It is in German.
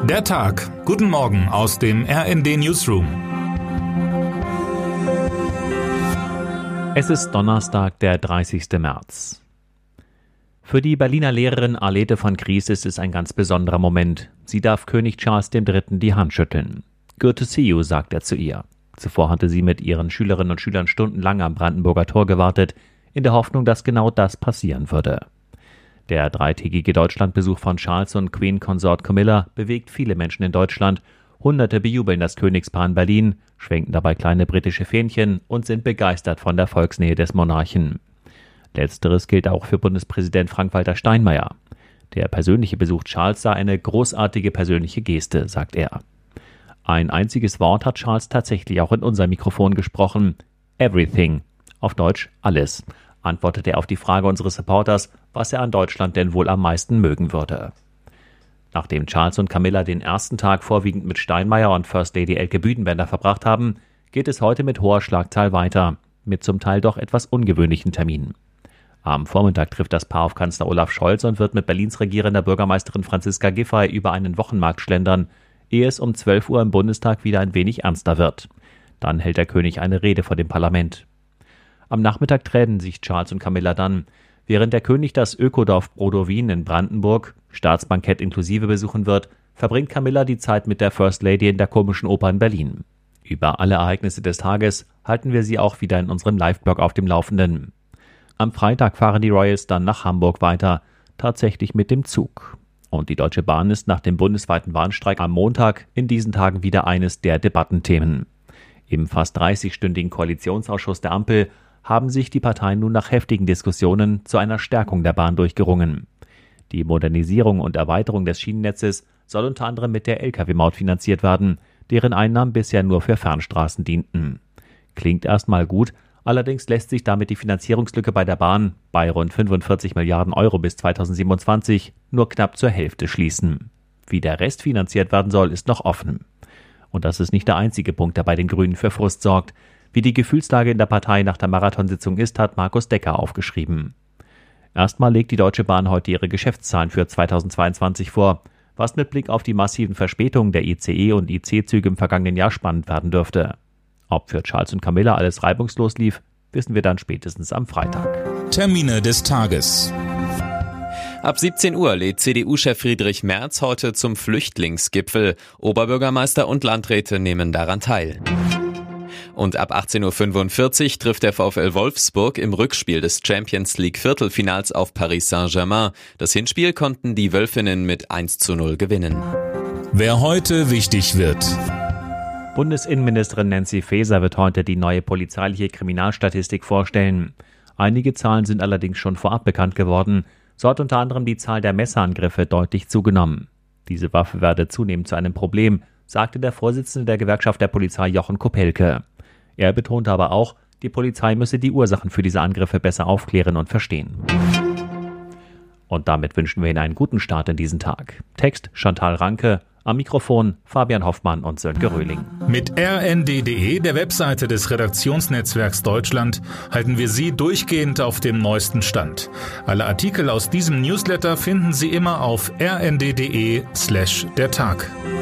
Der Tag. Guten Morgen aus dem RND Newsroom. Es ist Donnerstag, der 30. März. Für die Berliner Lehrerin Arlete von Kries ist es ein ganz besonderer Moment. Sie darf König Charles III. Die Hand schütteln. Good to see you, sagt er zu ihr. Zuvor hatte sie mit ihren Schülerinnen und Schülern stundenlang am Brandenburger Tor gewartet, in der Hoffnung, dass genau das passieren würde. Der dreitägige Deutschlandbesuch von Charles und Queen Consort Camilla bewegt viele Menschen in Deutschland. Hunderte bejubeln das Königspaar in Berlin, schwenken dabei kleine britische Fähnchen und sind begeistert von der Volksnähe des Monarchen. Letzteres gilt auch für Bundespräsident Frank-Walter Steinmeier. Der persönliche Besuch Charles sei eine großartige persönliche Geste, sagt er. Ein einziges Wort hat Charles tatsächlich auch in unser Mikrofon gesprochen. Everything. Auf Deutsch alles, antwortete er auf die Frage unseres Reporters, was er an Deutschland denn wohl am meisten mögen würde. Nachdem Charles und Camilla den ersten Tag vorwiegend mit Steinmeier und First Lady Elke Büdenbender verbracht haben, geht es heute mit hoher Schlagzahl weiter, mit zum Teil doch etwas ungewöhnlichen Terminen. Am Vormittag trifft das Paar auf Kanzler Olaf Scholz und wird mit Berlins regierender Bürgermeisterin Franziska Giffey über einen Wochenmarkt schlendern, ehe es um 12 Uhr im Bundestag wieder ein wenig ernster wird. Dann hält der König eine Rede vor dem Parlament. Am Nachmittag trennen sich Charles und Camilla dann. Während der König das Ökodorf Brodowin in Brandenburg, Staatsbankett inklusive, besuchen wird, verbringt Camilla die Zeit mit der First Lady in der Komischen Oper in Berlin. Über alle Ereignisse des Tages halten wir Sie auch wieder in unserem Live-Blog auf dem Laufenden. Am Freitag fahren die Royals dann nach Hamburg weiter, tatsächlich mit dem Zug. Und die Deutsche Bahn ist nach dem bundesweiten Warnstreik am Montag in diesen Tagen wieder eines der Debattenthemen. Im fast 30-stündigen Koalitionsausschuss der Ampel haben sich die Parteien nun nach heftigen Diskussionen zu einer Stärkung der Bahn durchgerungen. Die Modernisierung und Erweiterung des Schienennetzes soll unter anderem mit der Lkw-Maut finanziert werden, deren Einnahmen bisher nur für Fernstraßen dienten. Klingt erstmal gut, allerdings lässt sich damit die Finanzierungslücke bei der Bahn bei rund 45 Milliarden Euro bis 2027 nur knapp zur Hälfte schließen. Wie der Rest finanziert werden soll, ist noch offen. Und das ist nicht der einzige Punkt, der bei den Grünen für Frust sorgt. Wie die Gefühlslage in der Partei nach der Marathonsitzung ist, hat Markus Decker aufgeschrieben. Erstmal legt die Deutsche Bahn heute ihre Geschäftszahlen für 2022 vor, was mit Blick auf die massiven Verspätungen der ICE- und IC-Züge im vergangenen Jahr spannend werden dürfte. Ob für Charles und Camilla alles reibungslos lief, wissen wir dann spätestens am Freitag. Termine des Tages. Ab 17 Uhr lädt CDU-Chef Friedrich Merz heute zum Flüchtlingsgipfel. Oberbürgermeister und Landräte nehmen daran teil. Und ab 18.45 Uhr trifft der VfL Wolfsburg im Rückspiel des Champions League Viertelfinals auf Paris Saint-Germain. Das Hinspiel konnten die Wölfinnen mit 1:0 gewinnen. Wer heute wichtig wird. Bundesinnenministerin Nancy Faeser wird heute die neue polizeiliche Kriminalstatistik vorstellen. Einige Zahlen sind allerdings schon vorab bekannt geworden. So hat unter anderem die Zahl der Messerangriffe deutlich zugenommen. Diese Waffe werde zunehmend zu einem Problem, sagte der Vorsitzende der Gewerkschaft der Polizei Jochen Kopelke. Er betonte aber auch, die Polizei müsse die Ursachen für diese Angriffe besser aufklären und verstehen. Und damit wünschen wir Ihnen einen guten Start in diesen Tag. Text Chantal Ranke, am Mikrofon Fabian Hoffmann und Sönke Röhling. Mit rnd.de, der Webseite des Redaktionsnetzwerks Deutschland, halten wir Sie durchgehend auf dem neuesten Stand. Alle Artikel aus diesem Newsletter finden Sie immer auf rnd.de/dertag.